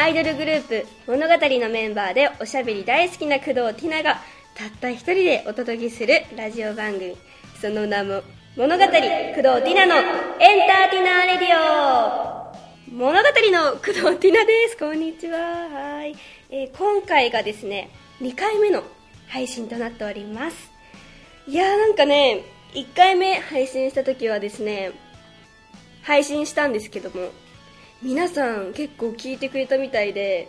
アイドルグループ物語のメンバーでおしゃべり大好きな工藤ティナがたった一人でお届けするラジオ番組、その名も物語工藤ティナのエンターテイナーレディオ。物語の工藤ティナです。こんにちは。はい、今回がですね2回目の配信となっております。いやー、なんかね1回目配信した時はですね、配信したんですけども皆さん結構聞いてくれたみたいで、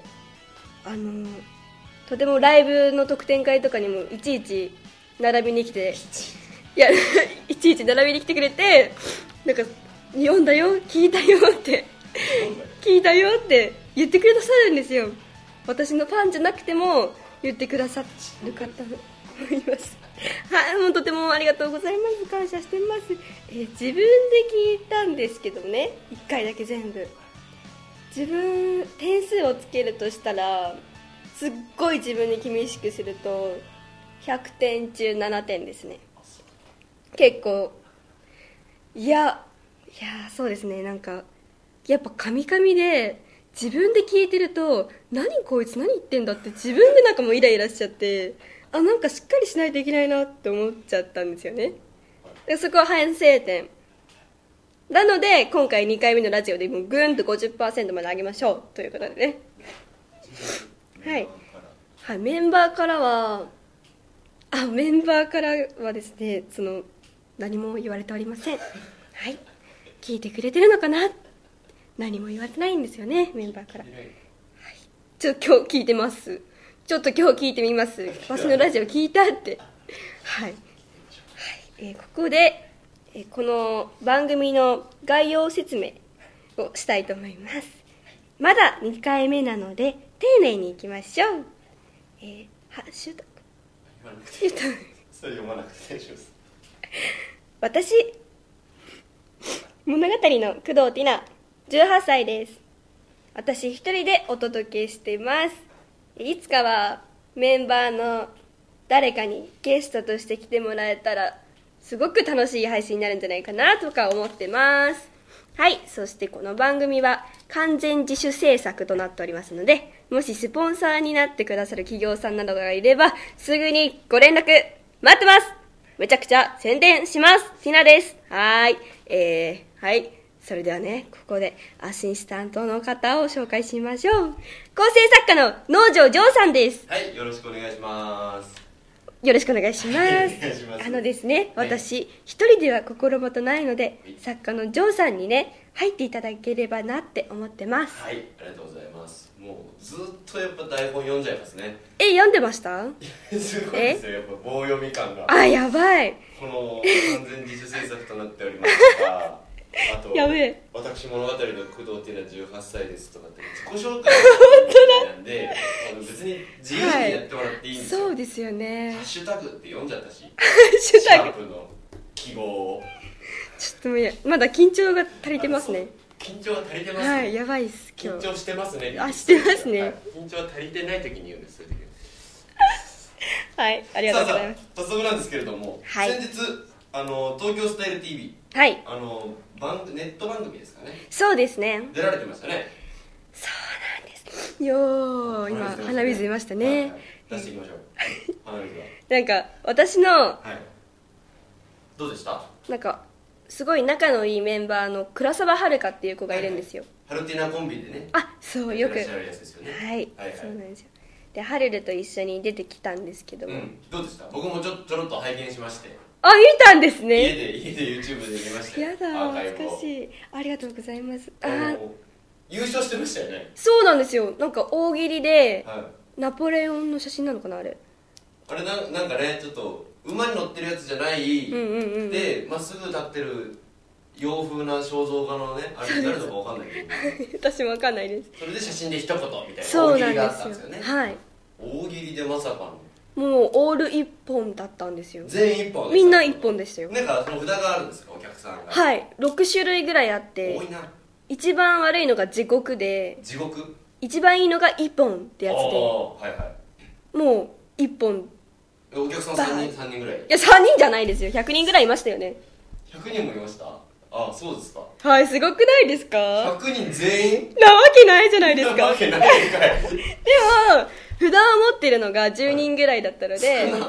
とてもライブの特典会とかにもいちいち並びに来て、いやいちいち並びに来てくれて、なんか読んだよ、聞いたよって聞いたよって言ってくださるんですよ。私のファンじゃなくても言ってくださる方もいます。はい、もうとてもありがとうございます。感謝してます。自分で聞いたんですけどね、1回だけ全部。自分点数をつけるとしたら、すっごい自分に厳しくすると100点中7点ですね。結構そうですね。なんかやっぱカミカミで自分で聞いてると、何こいつ何言ってんだって自分でなんかもうイライラしちゃって、なんかしっかりしないといけないなって思っちゃったんですよね。でそこは反省点なので、今回2回目のラジオでもうぐんと 50% まで上げましょうということでね。はい、メンバーからはですね、何も言われておりません。はい、聞いてくれてるのかな、何も言われてないんですよね、メンバーから。はい、今日聞いてます。ちょっと今日聞いてみます。私のラジオ聞いたって。はい、ここでこの番組の概要説明をしたいと思います。まだ2回目なので丁寧にいきましょう。ハッシュタグそれ読まなくて大丈夫です。 私、物語の工藤ティナ、18歳です。私一人でお届けしています。いつかはメンバーの誰かにゲストとして来てもらえたらすごく楽しい配信になるんじゃないかなとか思ってます。はい、そしてこの番組は完全自主制作となっておりますので、もしスポンサーになってくださる企業さんなどがいればすぐにご連絡待ってます。めちゃくちゃ宣伝します。ティナです。はい、それではね、ここでアシスタントの方を紹介しましょう。構成作家の農場ジョーさんです。 はい、よろしくお願いします。 よろしくお願いします。ですね、私一人では心もとないので、作家のジョーさんにね入っていただければなって思ってます。 はい、ありがとうございます。もうずっとやっぱ台本読んじゃいますね。 読んでました？ すごいですよ、やっぱ棒読み感が。 やばい。 この完全自主制作となっておりますが、あとやべえ、 私物語の工藤ティナ18歳ですとかって自己紹介なんで別に自由にやってもらっていいんですよ。 そうですよね。 ハッシュタグって読んじゃったし、 シャープの記号をちょっともうまだ緊張が足りてますね。 緊張が足りてますね。 はい、やばいっす。今日緊張してますね。 してますね、 はい、緊張は足りてない時に言うんです。 はい、ありがとうございます。 早速なんですけれども、 はい、 先日東京スタイル TV、 はい、 ネット番組ですかね。 そうですね、 出られてましたね。 そうなんですよ。今鼻水出ましたね。はいはい、 出していきましょう。鼻水はなんか私の、 はい、どうでした？ なんかすごい仲のいいメンバーの倉沢遥っていう子がいるんですよ。 ハルティナコンビでね。 そうよく、 いらっしゃるやつですよね。 はい、そうなんですよ。でハルルと一緒に出てきたんですけども、 どうでした？僕もちょろっと拝見しまして。 見たんですね。 家で YouTube で見ましたよ。 やだ、懐かしい。ありがとうございます。 優勝してましたよね。 そうなんですよ。なんか大喜利で、 はい、 ナポレオンの写真なのかな、あれなんかね、ちょっと馬に乗ってるやつじゃない、でまっすぐ立ってる洋風な肖像画のね、あれ誰だか分かんないけど私も分かんないです。 それで写真で一言みたいな大喜利があったんですよね。 はい、 大喜利でまさかのもうオール一本だったんですよ。 全員一本です。 みんな一本でしたよ。 なんかその札があるんですか、お客さんが。 はい、6種類ぐらいあって、 多いな。 一番悪いのが地獄で、一番いいのが一本ってやつで、もう一本。 お客さん3人ぐらい？いや、3人じゃないですよ。100人ぐらいいましたよね。 100人もいました？そうですか。 はい、すごくないですか？ 100人全員なわけないじゃないですか。 わけないんかい。 でも札を持ってるのが10人ぐらいだったので、言わないでください、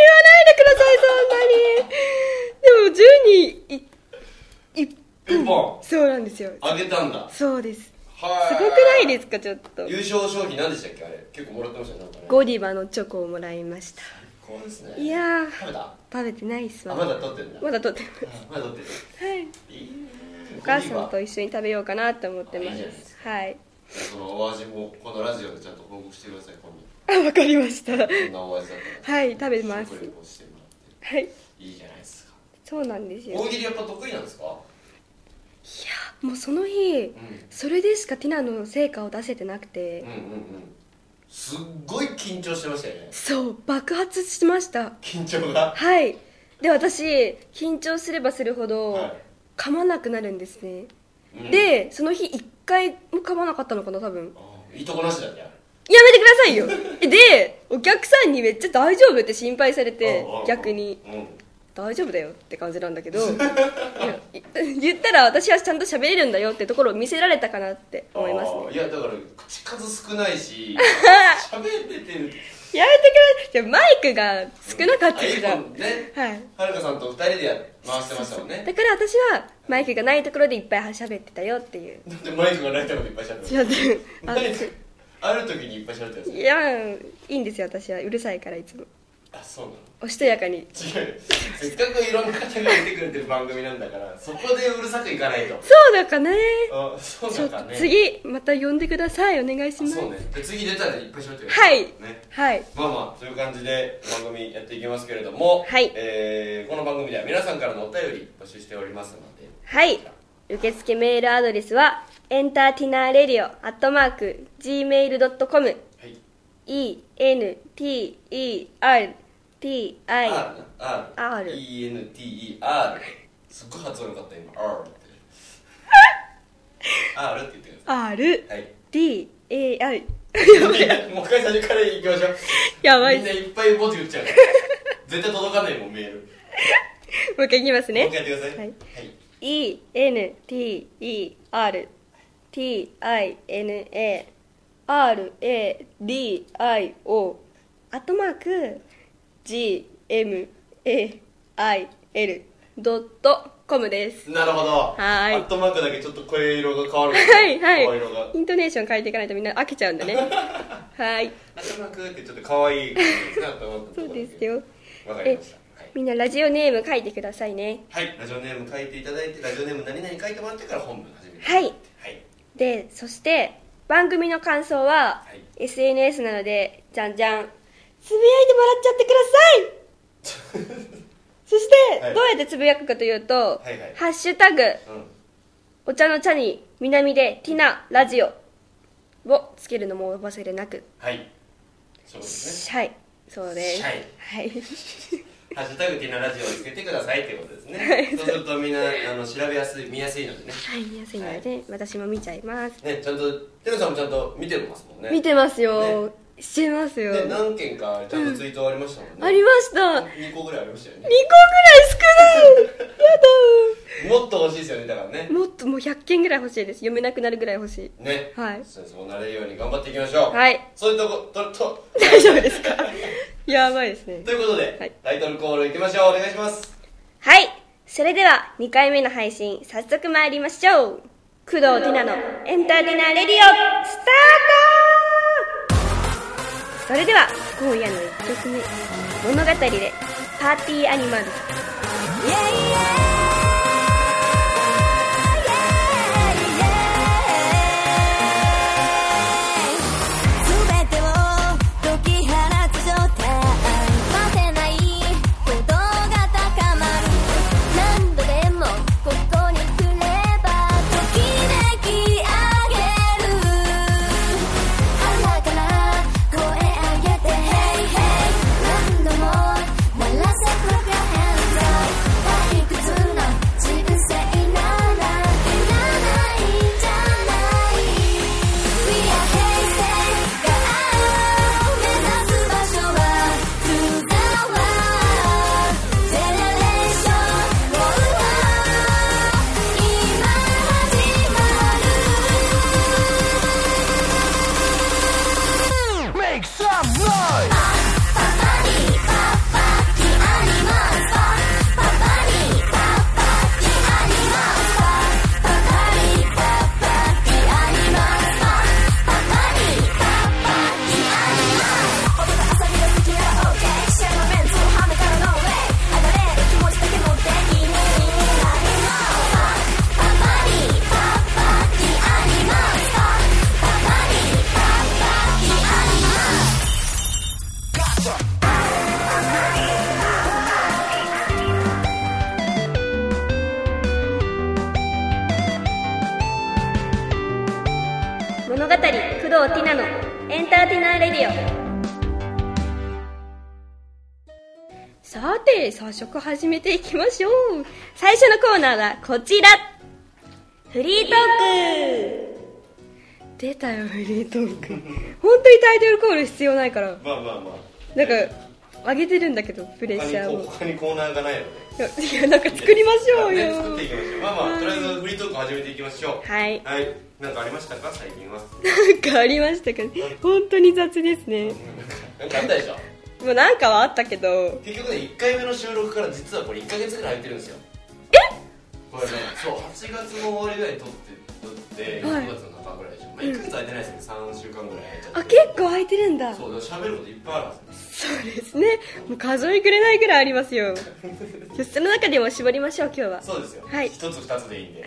そんなに。でも10人一本。そうなんですよ。 あげたんだ。 そうです。すはい。 ごくないですか、ちょっと。 優勝賞品何でしたっけ、あれ。結構もらってましたね、なんかね。 ゴディバのチョコをもらいました。 最高ですね。 いやー、 食べた？ 食べてないっすわ。 あ、まだ取ってんだ。 まだ取ってる。 まだ取ってる。 はい。 いいね。 お母さんと一緒に食べようかなと思ってまいいじゃないですす。はい。 そのお味もこのラジオでちゃんと報告してください、今あ、わかりました。 度。どんなお味だったら。 はい、食べます。 食レポしてもらって。 はい。 いいじゃないですか。 そうなんですよ。 大喜利やっぱ得意なんですか？ もうその日、 うん。 それでしかティナの成果を出せてなくて、 うんうんうん。すっごい緊張してましたよね。 そう爆発しました。 緊張が。 はい。で、私緊張すればするほど、 はい。 噛まなくなるんですね、 うん、 でその日1回も噛まなかったのかな、多分。 いいとこなしだね。 やめてくださいよでお客さんにめっちゃ大丈夫って心配されて、逆に大丈夫だよって感じなんだけどいや言ったら私はちゃんと喋れるんだよってところを見せられたかなって思いますね。 いやだから口数少ないし喋れてる。 やめてくれ。マイクが少なかったじゃん。 ね、 はい。 はるかさんと2人で回してましたもんね。 だから私はマイクがないところでいっぱい喋ってたよっていう。 だってマイクがないところでいっぱい喋って違うある時にいっぱい喋ってるんですいやいいんですよ、私はうるさいからいつもあ、そうなの。 おしとやかに。 違う、せっかくいろんな方が出てくれてる番組なんだからそこでうるさくいかないと。 そうだかね。 あ、そうだかね。 次また呼んでください、お願いします。 そうね。で次出たらいっぱい喋ってくだはい、 ね。 はい。 まあまあそういう感じで番組やっていきますけれども、 はい、 この番組では皆さんからのお便り募集しておりますので、 はい、受付メールアドレスはエンターティナーレディオ@gmail.com、 はい、 ENTERTINENTER すっごい発音よかった今 R って R って言ってください。 R はい DAI もう一回最初からいきましょう。 やばいみんないっぱい文字打っちゃうから絶対届かないもんメール。 もう一回いきますね。 もう一回やってください。 はい、ENTERTINARADIO @gmail.com です。 なるほど。 はい。 アットマークだけちょっと声色が変わる。 はいはい。 声色が。 イントネーション変えていかないとみんな飽きちゃうんでね。はい。 アットマークってちょっと可愛いですね。 そうですよ。 わかりました。 みんなラジオネーム書いてくださいね。 はい。ラジオネーム書いていただいて、ラジオネーム何々書いてもらってから本文始めて。 はい。 はい。 で、そして番組の感想は、 はい、 SNS なのでじゃんじゃんつぶやいてもらっちゃってくださいそして、はい、どうやってつぶやくかというと、 はいはい、 ハッシュタグ、お茶の茶に南でティナラジオをつけるのもお忘れなく。 はい、そうですね。 はい、そうです。 はい、ハッシュタグティナラジオをつけてくださいってことですね。そうするとみんな調べやすい、見やすいのでね。 はい、見やすいので、私も見ちゃいますね。ちゃんとティナさんもちゃんと見てますもんね。 見てますよ、ね、してますよ。 で何件かちゃんとツイートありましたもんね。 ありました。 2個ぐらいありましたよね。 2個ぐらい少ないやだもっと欲しいですよね。だからね、 もっともう100件ぐらい欲しいです。読めなくなるぐらい欲しいね。 はい、 そうなれるように頑張っていきましょう。 はい、 そういうとこと大丈夫ですかやばいですね。 ということで、はい、タイトルコールいきましょう。お願いします。 はい、それでは2回目の配信早速参りましょう。工藤ティナのエンターテイナーレディオスタート。それでは今夜の1曲目、物語でパーティーアニマル。 Hey, hey, 何度も鳴らせ Clap your hands up 退屈な工藤ティナのエンターテイナーレディオ。さて早速始めていきましょう。最初のコーナーはこちら、フリートーク。出たよフリートーク本当にタイトルコール必要ないから、 まあなんか上げてるんだけどプレッシャーを。 他にコーナーがないので、 いやなんか作りましょうよ、 作っていきましょう。とりあえずフリートーク始めていきましょう。はい、なんかありましたか最近は。 なんかありましたか。本当に雑ですね。 なんかあったでしょ。 もうなんかはあったけど、 結局ね、1回目の収録から実はこれ1ヶ月ぐらい空いてるんですよ。これね、そう8月の終わりぐらいに撮って9月の中ぐらいでしょ。1ヶ月空いてないですね。3週間ぐらい空いちゃって。 あ、結構空いてるんだ。 そう、喋ることいっぱいあるはずです。 そうですね、もう数えきれないぐらいありますよその中でも絞りましょう今日は。 そうですよ、 はい、 1つ2つでいいんではい、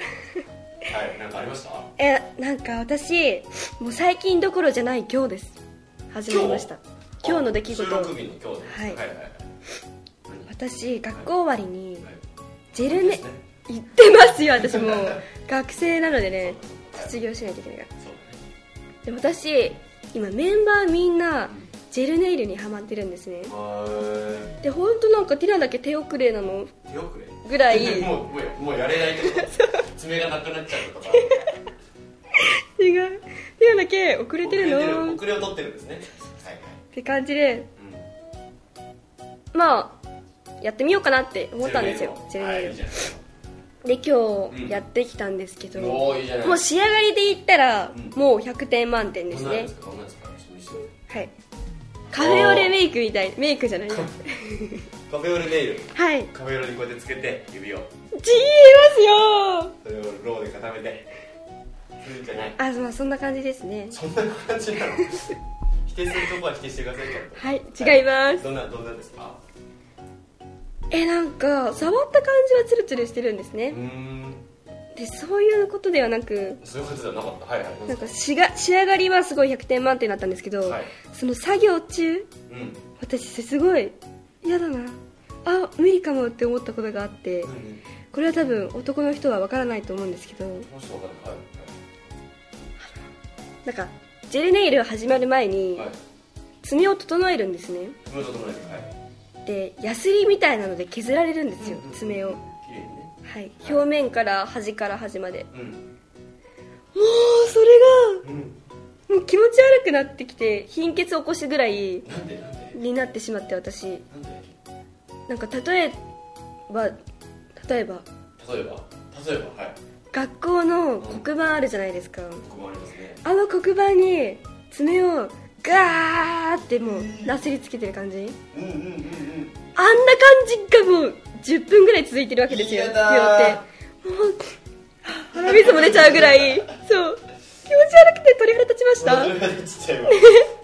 なんかありました？ なんか私もう最近どころじゃない今日です。始めました。今日の出来事。 収録日の今日です。はい、 私学校終わりにジェルネ、行ってますよ。私もう学生なのでね、卒業しないといけないから。で私今メンバーみんなジェルネイルにハマってるんですね。で本当なんかティラだけ手遅れなのぐらいもうやれないとか爪がなくなっちゃうとか違う、ティラだけ遅れてるの。 遅れを取ってるんですね。 って感じで、まあやってみようかなって思ったんですよ、ジェルネイル。で今日やってきたんですけど、もう仕上がりで言ったらもう100点満点ですね。はい、カフェオレメイクみたい。メイクじゃないカフェオレネイル。 はい、 カフェオレにこうやってつけて指をちぎりますよ。 それをローで固めてするんじゃない。 まあそんな感じですね。 そんな感じなの否定するとこは否定してください。 はい、違います。 どんなですか？ なんか触った感じはツルツルしてるんですね。でそういうことではなく、 そういうことではなかった。はいはい。 なんか仕上がりはすごい100点満点だったんですけど、その作業中、私すごい嫌だな、無理かもって思ったことがあって、これは多分男の人は分からないと思うんですけど、なんかジェルネイルが始まる前に爪を整えるんですね。でヤスリみたいなので削られるんですよ、爪を。はい、表面から端から端まで、もうそれが、もう気持ち悪くなってきて貧血起こしぐらいになってしまって、私なんか例えば、はい、学校の黒板あるじゃないですか。あの黒板に爪をガーってもうなすりつけてる感じ、あんな感じがもう10分ぐらい続いてるわけですよ。ってもう鼻水も出ちゃうぐらい、そう気持ち悪くて鳥肌立ちました。 鳥肌立っちゃうわ。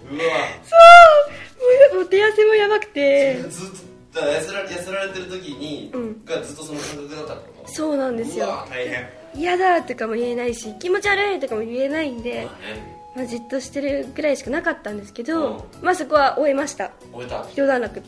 そうもう手汗もやばくて、 ずっと痩せられてる時に、がずっとその感覚だったってこと？そうなんですよ。 大変。 嫌だとかも言えないし、気持ち悪いとかも言えないんで、じっとしてるぐらいしかなかったんですけど、そこは終えました。一段落。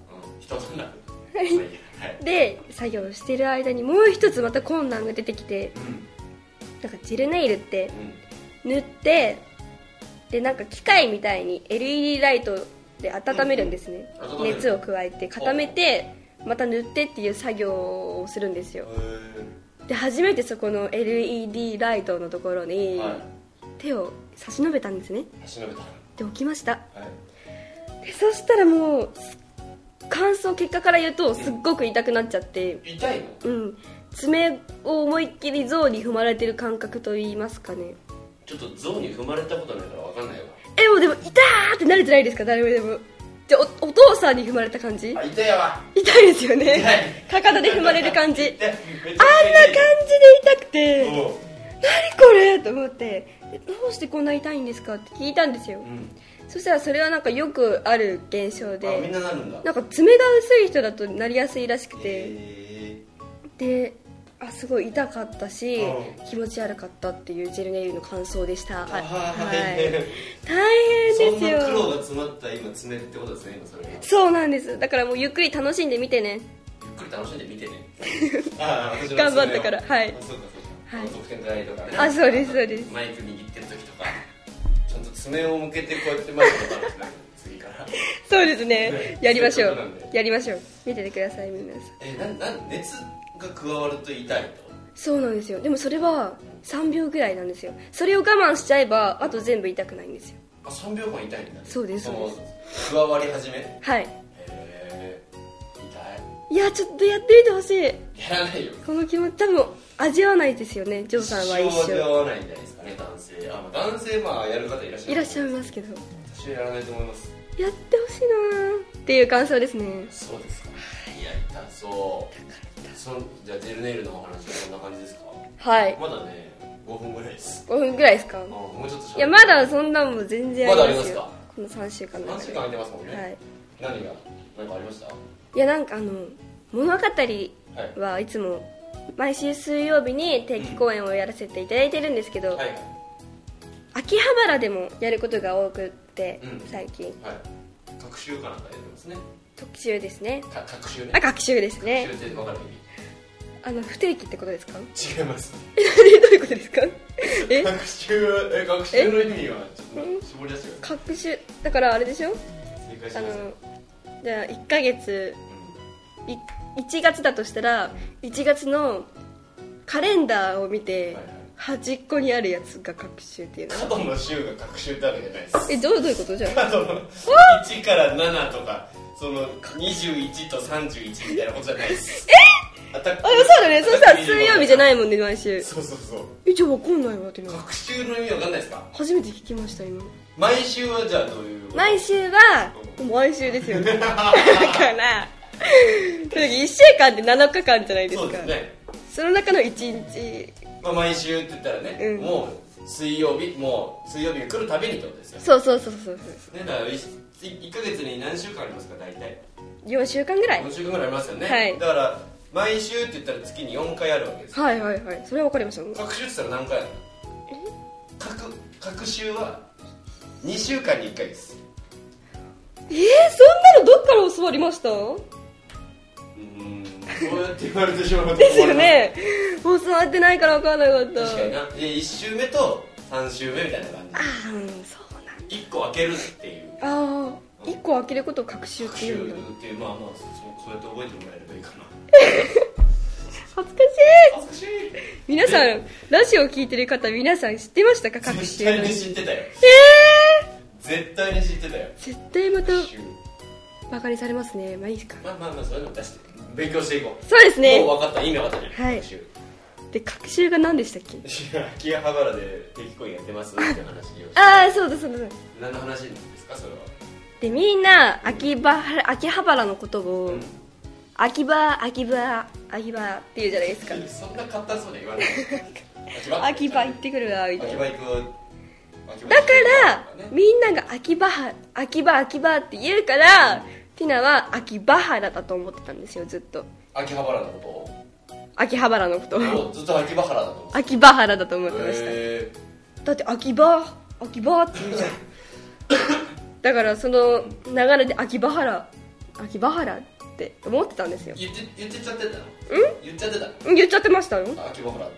で作業してる間にもう一つまた困難が出てきて、なんかジェルネイルって塗って、でなんか機械みたいに LED ライトで温めるんですね。熱を加えて固めてまた塗ってっていう作業をするんですよ。で初めてそこの LED ライトのところに手を差し伸べたんですね。で置きました。でそしたらもう結果から言うとすっごく痛くなっちゃって。 痛いの？ 爪を思いっきり象に踏まれてる感覚と言いますかね。 ちょっと象に踏まれたことないから分かんないわ。 でも痛ーって慣れてないですか？誰でも。じゃあ お父さんに踏まれた感じ？ 痛いわ。 痛いですよね。かかとで踏まれる感じ。あんな感じで痛くて、何これと思って、どうしてこんな痛いんですかって聞いたんですよ。そしたらそれはなんかよくある現象で、 みんななるんだ。 なんか爪が薄い人だとなりやすいらしくて、ですごい痛かったし、気持ち悪かったっていうジェルネイルの感想でした。大変ですよ。 そんな苦労が詰まった今爪ってことですね。今それがそうなんです。だからもうゆっくり楽しんでみてね。 ゆっくり楽しんでみてね。 頑張ったから。はい。 そうか得点台とかね。 そうです。 マイク握ってる時とかちゃん爪を向けてこうやって前に立たなくて次からそうですね、やりましょう、 そういうことなんでやりましょう。見ててください皆さん。 熱が加わると痛いと。 そうなんですよ。でもそれは3秒ぐらいなんですよ。それを我慢しちゃえばあと全部痛くないんですよ。 あ、3秒間痛いんだ。 そうですそうです。 加わり始め。 はい。 痛いや、ちょっとやってみてほしい。 い。やらないよ。 この気持ち多分味わわないですよね、ジョーさんは一生。 味わわないんじゃないですかね、男性。男性やる方いらっしゃる。 いらっしゃいますけど、 私はやらないと思います。 やってほしいなっていう感想ですね。 そうですか。いや、痛そう。じゃあジェルネイルのお話はこんな感じですか。 はい。 まだね、5分ぐらいです。 5分ぐらいですか。 もうちょっと。 いや、まだそんなもん全然まだありますか。 この3週間の中で。 3週間空いてますもんね。 はい。 何かありました。 いや、なんか物語はいつも毎週水曜日に定期公演をやらせていただいてるんですけど、秋葉原でもやることが多くって、最近。 はい。特集かなんかやってますね。 特集ですね。 各週ね。 あ、各週ですね。 各週って分かる意味。不定期ってことですか。 違います。 どういうことですか。 各週の意味はちょっと絞り出してください。 各週だからあれでしょ。 正解します。 じゃあ1ヶ月、1月だとしたら1月のカレンダーを見て端っこにあるやつが各週っていうの。 角の週が各週ってわけじゃないです。 どういうことじゃあ。 角の1から7とかその21と31みたいなことじゃないです。そうだね。そしたら水曜日じゃないもんね、毎週。 そう。 じゃあ分かんないわっていうの。 各週の意味分かんないですか。 初めて聞きました今。 毎週はじゃあどういう。 毎週は毎週ですよね。だから1週間って7日間じゃないですか。 そうですね。 その中の1日。 毎週って言ったらね、もう水曜日が来るたびにってことですよ。 そう。 ね、だから1ヶ月に何週間ありますか、大体。 4週間ぐらい。 4週間ぐらいありますよね。 はい。 だから毎週って言ったら月に4回あるわけです。 はい。それは分かりました。 各週って言ったら何回あるの。各週は2週間に1回です。 そんなのどっから教わりました。 そうやって言われてしまうとですよね。教わってないから分からなかった。 確かにな。1週目と3週目みたいな感じ。 そうなんだ。 1個開けるっていう。 1個開けることを各週っていうんだ。 そうやって覚えてもらえればいいかな。 恥ずかしい。皆さんラジオ聞いてる方、皆さん知ってましたか。各週。 絶対に知ってたよ。絶対に知ってたよ。 絶対またバカにされますね。まあいいですか。 まあそういうの出して勉強していこう。 そうですね。 もう分かった、意味分かったね。 はい。で、各週が何でしたっけ。 秋葉原で定期公演やってますって話を。 そうだ。 何の話ですか、それは。 で、みんな秋葉原のことを、秋葉って言うじゃないですか。 そんな簡単そうに言わない。 秋葉行ってくるわみたいな。 秋葉行く。 だからみんなが秋葉って言うから、ティナは秋葉原だと思ってたんですよ、ずっと。 秋葉原のことを。 秋葉原のことをずっと秋葉原だと思って。 秋葉原だと思ってました。だって秋葉って言うじゃん。だからその流れで秋葉原って思ってたんですよ。 言っちゃってたの。言っちゃってましたよ。 秋葉原って。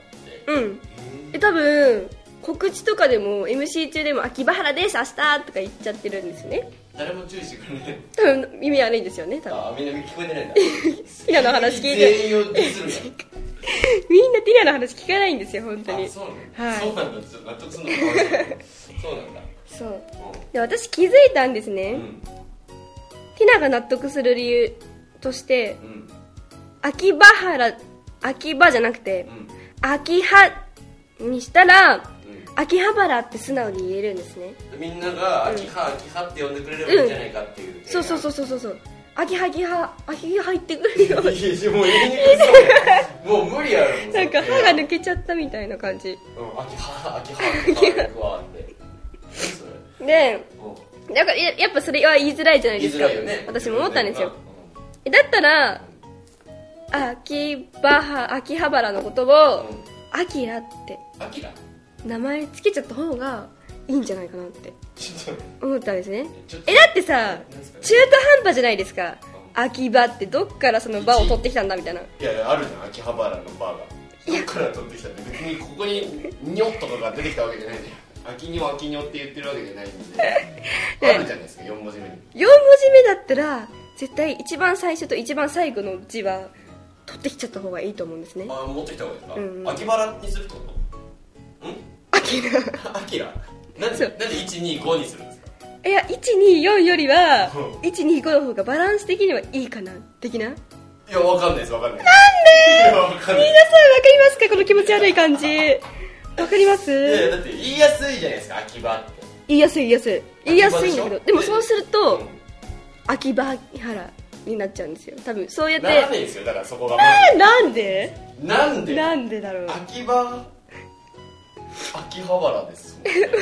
多分告知とかでも MC 中でも秋葉原です明日とか言っちゃってるんですよね。 誰も注意してくれない。 多分耳悪いんですよね。多分みんな聞こえてないんだ。 ティナの話聞いて全員をディスるんだ。 みんなティナの話聞かないんですよ、本当に。 そうなんだ。そうなんだ。納得するのかそうなんだ。 そう。で、私気づいたんですね。ティナが納得する理由として、秋葉じゃなくて、秋葉にしたら、秋葉原って素直に言えるんですね。みんなが秋葉って呼んでくれればいいんじゃないかっていう。そう。秋葉入ってくるよ。もう言いにくそう。もう無理やろ。なんか歯が抜けちゃったみたいな感じ。秋葉で、だからやっぱそれは言いづらいじゃないですか。私も思ったんですよ。だったら秋葉原のことをアキラって名前つけちゃった方がいいんじゃないかなって思ったんですね。だってさ、中途半端じゃないですか。秋葉ってどっからその場を取ってきたんだみたいな。いやあるじゃん、秋葉原のバーがどっから取ってきたって。別にここにニョッとかが出てきたわけじゃないじゃん。 秋には秋にょって言ってるわけじゃないんであるじゃないですか4文字目に。 4文字目だったら絶対一番最初と一番最後の字は取ってきちゃった方がいいと思うんですね。 あ、持ってきた方がいいですか、 うん、 秋バラにするってこと？ アキラアキラなんで125にするんですか？ いや124よりは125の方がバランス的にはいいかな的な。 いや、わかんないです、わかんない。 なんで皆さんわかりますか、この気持ち悪い感じ。わかります？ いやいや、だって言いやすいじゃないですか、秋葉って。 言いやすいんだけど、でもそうすると、秋葉原になっちゃうんですよ多分。そうやってならないですよ、だからそこがなんでなんでだろう。 秋葉原ですもんね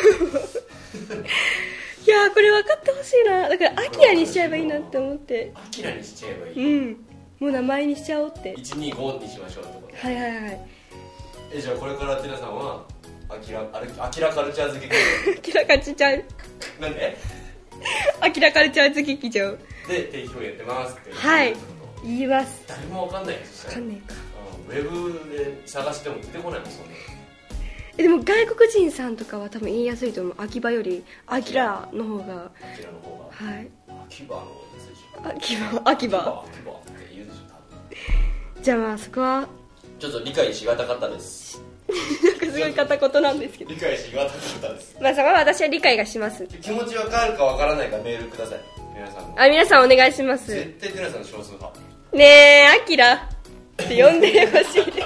いやー、これ分かってほしいな。だからアキラにしちゃえばいいなって思って。 アキラにしちゃえばいい。 もう名前にしちゃおうって。 125にしましょうってこと。 はいはいはい。 じゃあこれからティラさんはアキラカルチャー漬けアキラカルチャーなんでアキラカルチャー漬け劇場で定期表やってますって。 はい言います。 誰もわかんないです。 わかんないか。 ウェブで探しても出てこないもんそんな。 でも外国人さんとかは多分言いやすいと思う。秋葉よりアキラの方が。 アキラの方が。 はい。 秋葉の方が安いでしょ。 秋葉って言うでしょ多分。 じゃあまあそこはちょっと理解しがたかったです。 なんかすごい片言なんですけど。 理解しがたかったです。 まあそこは私は理解がします。 気持ちわかるかわからないかメールください。皆さんも。 皆さんお願いします。 絶対テラさん少数派。 ねえアキラって呼んでほしいです。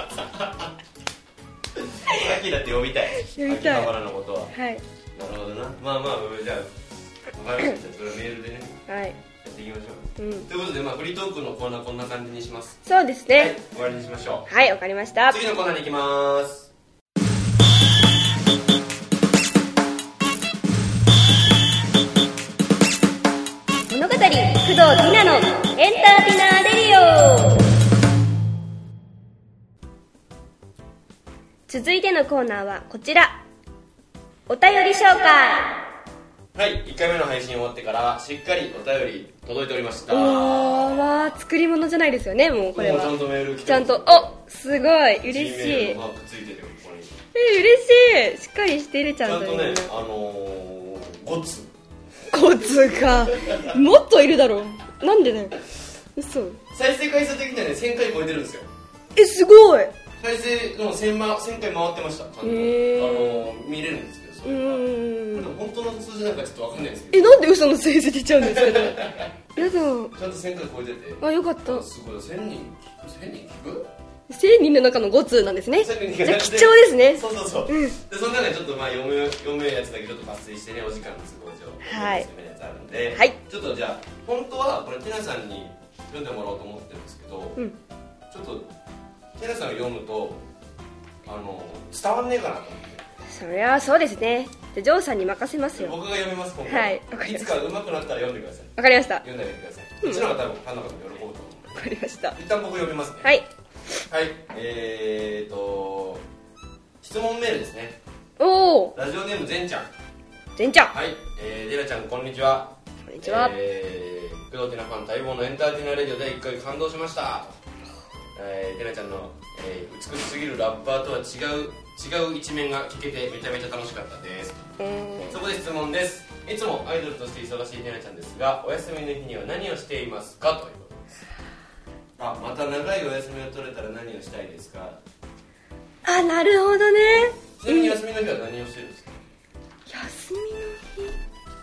アキラって呼びたい。秋葉原のことは。 はい。 なるほどな。まあじゃあわかりました。それメールでね。 はい。 やっていきましょう。ということでフリートークのコーナーこんな感じにします。 そうですね。 はい。終わりにしましょう。 はい、わかりました。 次のコーナーに行きます。 物語工藤ティナのエンターテイナーレディオ。続いてのコーナーはこちら、お便り紹介。 はい、1回目の配信終わってからしっかりお便り届いておりました。 まあ作り物じゃないですよね、もうこれは。 ちゃんとメール来てちゃんと、すごい嬉しい。 G メールのマークついてるよ、ここに。 嬉しい。しっかりしてる、ちゃんと。 ちゃんとね、 ゴツか。もっといるだろう。なんでだよ。嘘。 再生回数的にはね、1000回超えてるんですよ。 すごい。 再生の1000回回ってました。ちゃんと見れるんですけど、それは本当の数字なんかちょっと分かんないんですけど。 なんで嘘の数字出ちゃうんですかね。やだ。 ちゃんと1000回超えてて。 よかった。 すごい。1000人聞く 1000人の中の5通なんですね。じゃあ貴重ですね。 そう、でその中でちょっと読むやつだけちょっと抜粋してね、お時間の都合上はい読めるやつあるんで、 はい、 ちょっとじゃあ本当はこれティナさんに読んでもらおうと思ってるんですけど、ちょっとティナさんが読むと伝わんねえかなと思って。 そりゃそうですね。じゃあジョーさんに任せますよ。 僕が読みます。今回はい、いつか上手くなったら読んでください。 わかりました。 読んであげてください。こちらが多分ファンの方も喜ぶと思う。 わかりました。 一旦僕読みますね。 はいはい、質問メールですね。 おー、 ラジオネームぜんちゃん。はい、デラちゃんこんにちは。 こんにちは。 工藤ティナファン待望のエンターテイナーレディオで1回感動しました。デラちゃんの、美しすぎるラッパーとは違う一面が聞けてめちゃめちゃ楽しかったです。そこで質問です。いつもアイドルとして忙しいデラちゃんですが、お休みの日には何をしていますかということです。また長いお休みを取れたら何をしたいですか。 なるほどね。 ちなみに休みの日は何をしてるんですか。 休みの日、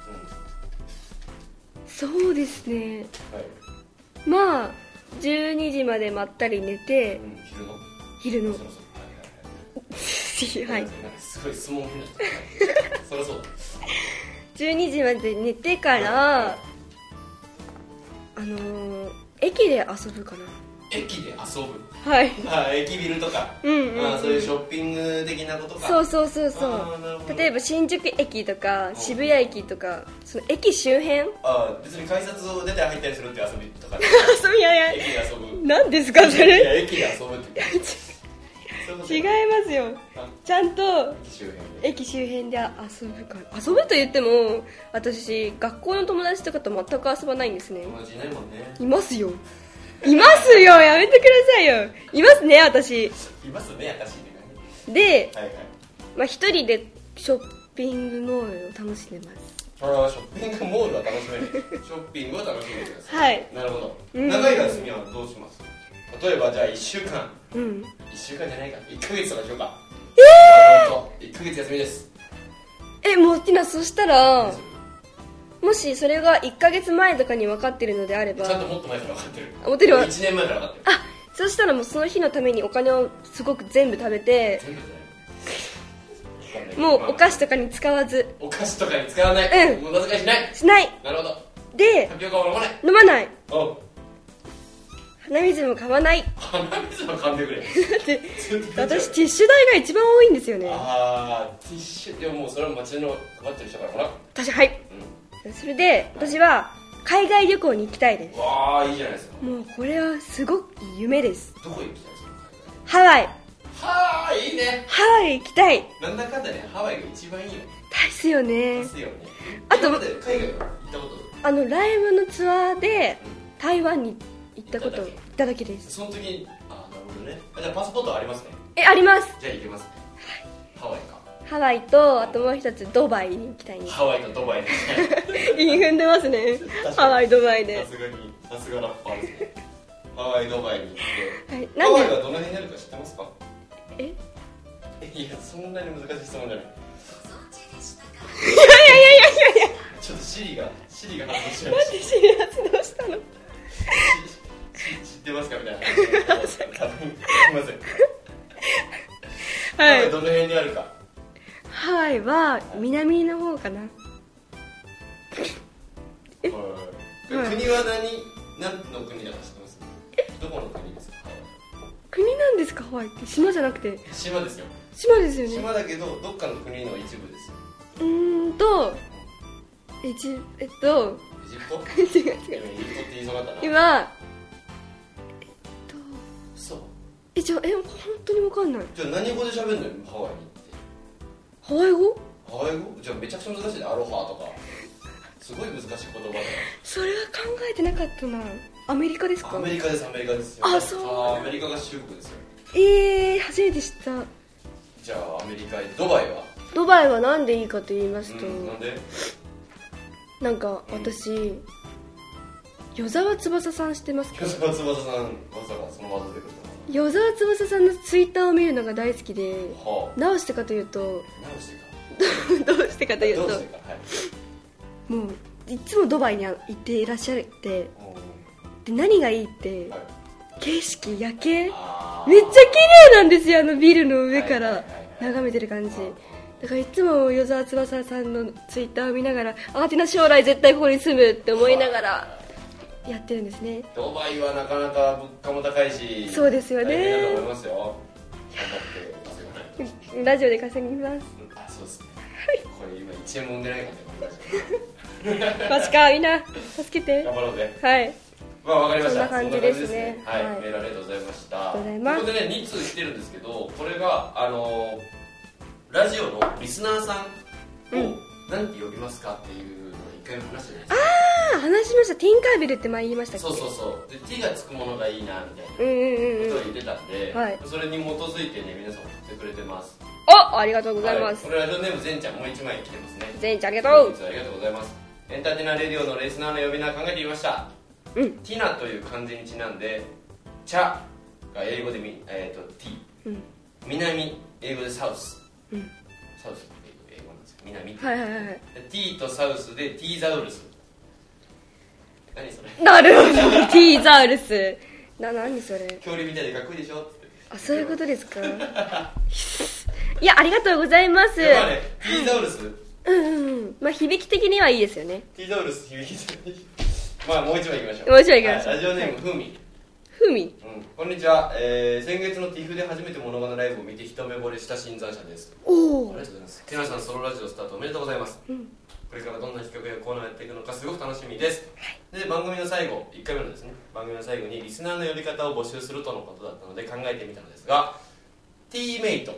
そうですね、まあ12時までまったり寝て、昼のはい、 すごい質問になっそりゃそうだ。 12時まで寝てから駅で遊ぶかな。 駅で遊ぶ。 はい。 駅ビルとか、そういうショッピング的なことか。 そう。例えば新宿駅とか渋谷駅とか、その駅周辺。 別に改札を出たり入ったりするって遊びとか。 遊びや駅で遊ぶ。 何ですかそれ。 駅で遊ぶって。 違いますよ。ちゃんと駅周辺で遊ぶから。遊ぶと言っても私学校の友達とかと全く遊ばないんですね。 友達いないもんね。 いますよやめてくださいよ。いますね私。 いますね私。 で、一人でショッピングモールを楽しんでます。 ショッピングモールは楽しめないショッピングを楽しんでください。 はい。 なるほど。長い休みはどうします？例えばじゃあ1週間、 1 週間じゃないか、1ヶ月とかしようか。1ヶ月休みです。 もうティナ、そしたらもしそれが1ヶ月前とかに分かってるのであれば、 ちゃんともっと前から分かってる。 持ってるわ。 1年前から分かってる。 そしたらもうその日のためにお金をすごく全部食べて、もうお菓子とかに使わず。 お菓子とかに使わない。無駄遣いしない。 なるほど。 で、 タピオカを飲まない。 飲まない。鼻水も買わない。 鼻水も噛んでくれ。 だって私ティッシュ代が一番多いんですよね。 ティッシュでももうそれは街の配ってる人からかな。 確かはい、それで私は海外旅行に行きたいです。 わあ、いいじゃないですか。 もうこれはすごく夢です。 どこ行きたいですか？ ハワイ。 いいね。 ハワイ行きたい。 なんだかんだね、ハワイが一番いいよ。 ですよね。 ですよね。 あと海外行ったこと？ ライブのツアーで台湾に行ったこといただけです。 その時に、なるほどね。じゃあパスポートありますね。 あります。 じゃあ行けますね。ハワイか。 ハワイと、あともう一つドバイに行きたいね。 ハワイとドバイね。 韻踏んでますね。ハワイドバイで。 さすがラッパーですね。ハワイドバイに行って、 ハワイはどの辺にあるか知ってますか？ いや、そんなに難しい質問じゃない。 いやちょっとシリが発動しちゃいました。 なんでシリ発動したの？ 知ってますかみたいな。すいません。ハワイどの辺にあるか。 ハワイは南の方かな。 国は何の国だか知ってます？どこの国ですか？ 国なんですか？ハワイって島じゃなくて。 島ですよ。 島ですよね。 島だけどどっかの国の一部です。 エジプト？ 違うエジプトって言いそうだったな。 今そう。 本当に分かんない。 じゃあ何語で喋るのよ、ハワイにって。 ハワイ語？ ハワイ語？じゃあめちゃくちゃ難しいね。アロハとかすごい難しい言葉だよ。 それは考えてなかったな。アメリカですか？ アメリカですよ。 そう。 アメリカが中国ですよ。 初めて知った。 じゃあアメリカへ。ドバイは？ ドバイはなんでいいかと言いますと、 なんで？ なんか私、与沢翼さん知ってますか？ 与沢翼さん、まさかその技でくると与沢翼さんのツイッターを見るのが大好きで、どうしてかというともういつもドバイに行っていらっしゃって、で何がいいって、景色、夜景めっちゃ綺麗なんですよ。ビルの上から眺めてる感じだから、いつも与沢翼さんのツイッターを見ながら、ティナ将来絶対ここに住むって思いながらやってるんですね。 ドバイはなかなか物価も高いし、 そうですよね。 大変だと思いますよ。頑張って稼がない。 ラジオで稼ぎます。 そうですね。これ今1円も生んでないからね。 マジか、みんな助けて。 頑張ろうぜ。 はい。 わかりました。 そんな感じですね。 はい、メールありがとうございました。 ということでね、2通来てるんですけど、これがラジオのリスナーさんを何て呼びますかっていうのを一回も話してないですか？ 話しました。ティンカーベルって前言いましたっけ？ そうで、T がつくものがいいなみたいなことを言ってたんで、それに基づいてね、皆さん送ってくれてます。 ありがとうございます。 これラジオネームぜんちゃん、もう1枚来てますね。 ぜんちゃんありがとう。 ありがとうございます。エンターテイナーレディオのリスナーの呼び名考えてみました。ティナという漢字にちなんで、チャが英語でT、南英語でサウス、サウスって英語なんですよ。南って、T とサウスでティーザウルス。何それ？なるほど。 ティーザウルス。何それ？ 恐竜みたいでかっこいいでしょって。 そういうことですか？いや、ありがとうございます。 ティーザウルス、 響き的にはいいですよね。 ティーザウルス響き的にもう一枚いきましょう。 ラジオネームふみ。こんにちは。先月の TIFF で初めてモノマネライブを見て一目惚れした新参者です。ありがとうございます。ティナさんソロラジオスタートおめでとうございます。これからどんな企画やコーナーをやっていくのかすごく楽しみです。で、番組の最後、1回目のですね、番組の最後にリスナーの呼び方を募集するとのことだったので考えてみたのですが、ティーメイト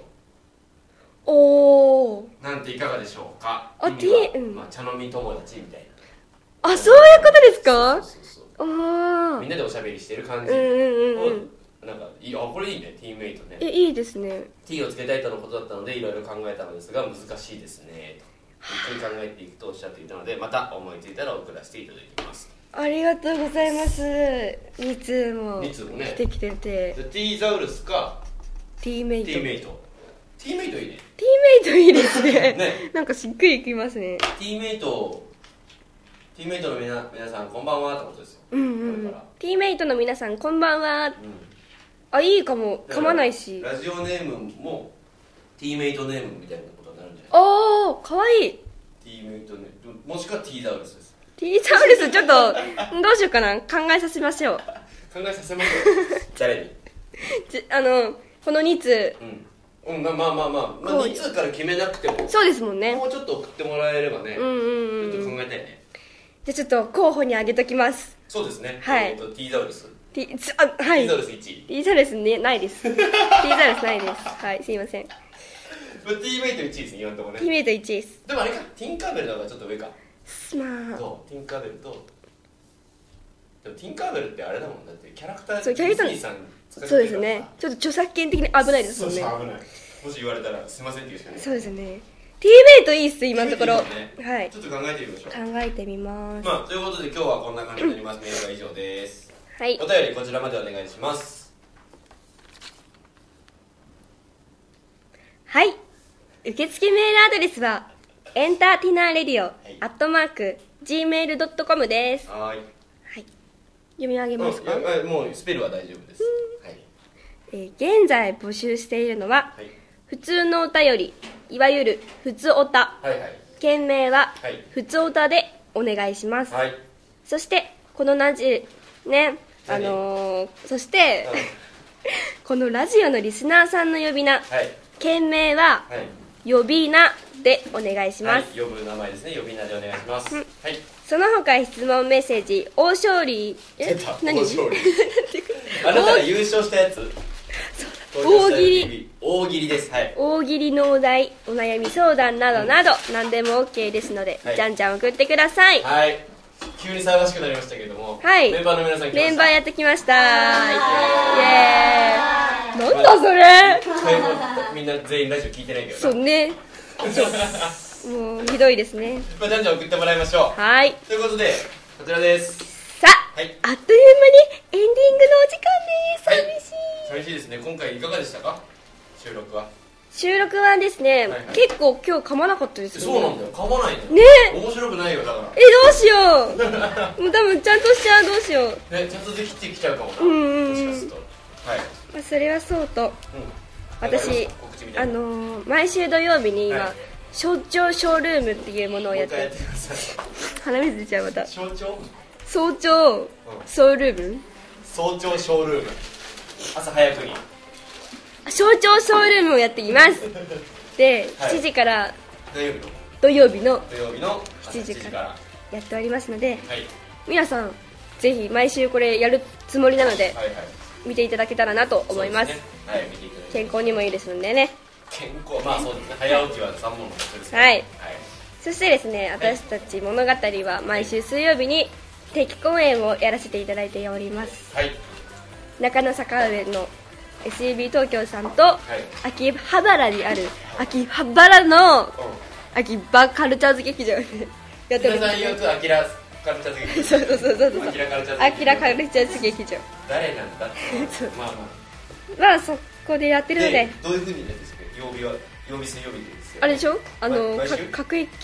なんていかがでしょうか？茶飲み友達みたいな。そういうことですか？みんなでおしゃべりしている感じをなんかこれいいね、ティーメイトね。 いいですね。 T をつけたいとのことだったのでいろいろ考えたのですが難しいですねとゆっくり考えていくとおっしゃっていたので、また思いついたら送らせていただきます。 ありがとうございます。2通も 2通もね来てきてて、 ティーザウルスかティーメイト。 ティーメイトいいね。 ティーメイトいいですね。 ねなんかしっくりきますね。 ティーメイトの皆さんこんばんはってことですよ。 うんうん。ティーメイトの皆さんこんばんは。 うん、 あ、いいかも。噛まないし。 ラジオネームもティーメイトネームみたいなことになるんじゃない？ ああ、かわいい。 ティーメイトネームもしくはティーザウルスです。 ティーザウルスちょっとどうしようかな、考えさせましょう。 考えさせましょう。誰に？ この2通、 まあ2通から決めなくてもそうですもんね。 もうちょっと送ってもらえればね、ちょっと考えたいね。 じゃあちょっと候補に挙げときます。 そうですね。 はい。 ティーザウルス。 はい。 ティーザウルス1位。 ティーザウルスね、ないです。ティーザウルスないです。はい、すいません。 ティーメイト1位ですね、今のところね。 ティーメイト1位です。 でもあれか、ティンカーベルの方がちょっと上か。 まあそう、ティンカーベルとでもティンカーベルってあれだもんだってキャラクターそうキャラクターディズニーさん使ってそうですね。ちょっと著作権的に危ないですもんね。 そう危ない。もし言われたらすいませんって言うしかない。 そうですね。ティーメイトいいっす今のところ。 ね、 はい。 ちょっと考えてみましょう。 考えてみます。 まあということで今日はこんな感じになります。メールは以上です。 はい。 お便りこちらまでお願いします。 はい。受付メールアドレスはエンターティナーレディオ@gmail.com です。 はい。 読み上げますか？ もうスペルは大丈夫です。はい。 現在募集しているのは、 はい、 普通のお便り、いわゆるふつおた、 はいはい、 件名は、 はい、 ふつおたでお願いします。 はい、 そしてこのラジね、そして、このラジオのリスナーさんの呼び名、 はい、 件名は、はい、呼び名でお願いします。 はい、呼ぶ名前ですね。呼び名でお願いします。はい。 その他質問メッセージ、大勝利、 何？大勝利。あなたが優勝したやつ。 大喜利です。はい。 大喜利のお題、お悩み相談などなど、何でも OK ですので、じゃんじゃん送ってください。 はい。急に騒がしくなりましたけれども、 はい。 メンバーの皆さん来ました。 メンバーやってきました。イエーイ。なんだそれ。 みんな全員ラジオ聞いてないけど。 そうね。もうひどいですね。 じゃんじゃん送ってもらいましょう。 はい。 ということでこちらです。 さあ、はい、あっという間にエンディングのお時間です。 寂しいですね。今回いかがでしたか？収録はですね、結構今日噛まなかったですよね。そうなんだよ、噛まないのよね。面白くないよだから。 どうしよう。もう多分ちゃんとしちゃう。どうしよう。 ちゃんとできてきちゃうかもな。もしかすると。はい。 まあそれはそうと、私毎週土曜日に今、象徴ショールームっていうものをやって鼻水出ちゃう。また早朝ショールーム、 早朝ショールーム、朝早くに象徴ショールームをやっていますで、7時から土曜日の7時からやっておりますので、皆さんぜひ毎週これやるつもりなので見ていただけたらなと思います。健康にもいいですのでね。 健康、まあそうですね。早起きは三問のことです。 はい。そしてですね、私たち物語は毎週水曜日に定期公演をやらせていただいております。はい。中野坂上の SUB 東京さんと、秋葉原にある秋葉原の秋葉カルチャーズ劇場でやっております。 皆さんよく秋葉カルチャーズ劇場。 そう秋葉カルチャーズ劇場。 誰なんだって。 まあそこでやってるので。 どういう風にやるんですか？曜日水曜日ですよ。 あれでしょ？各駅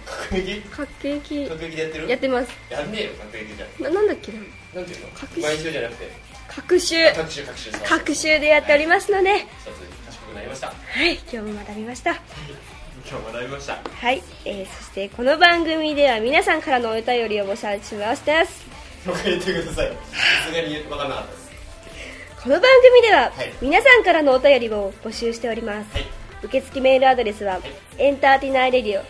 でやってる？ やってます。 やんねえよ、各駅じゃ。 なんだっけな。 なんていうの？毎週じゃなくて。 各週でやっておりますので。 一つ賢くなりました。 はい、今日も学びました。 はい。 そしてこの番組では皆さんからのお便りを募集します。 もう一回言ってください。さすがに分からなかったです。 この番組では皆さんからのお便りを募集しております。受付メールアドレスは、エンターティナーレディオ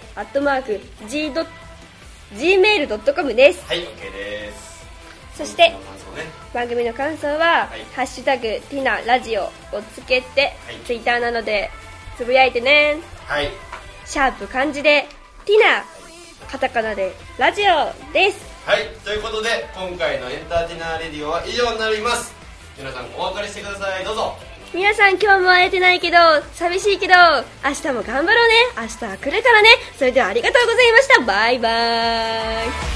@gmail.com です。 はい、OK です。 そして番組の感想は、ハッシュタグティナラジオをつけて、ツイッターなどでつぶやいてね。 はい。 シャープ漢字でティナ、カタカナでラジオです。 はい、ということで今回のエンターテイナーレディオは以上になります。 皆さんお別れしてください。どうぞ。 皆さん今日も会えてないけど寂しいけど明日も頑張ろうね。明日は来るからね。それではありがとうございました。バイバーイ。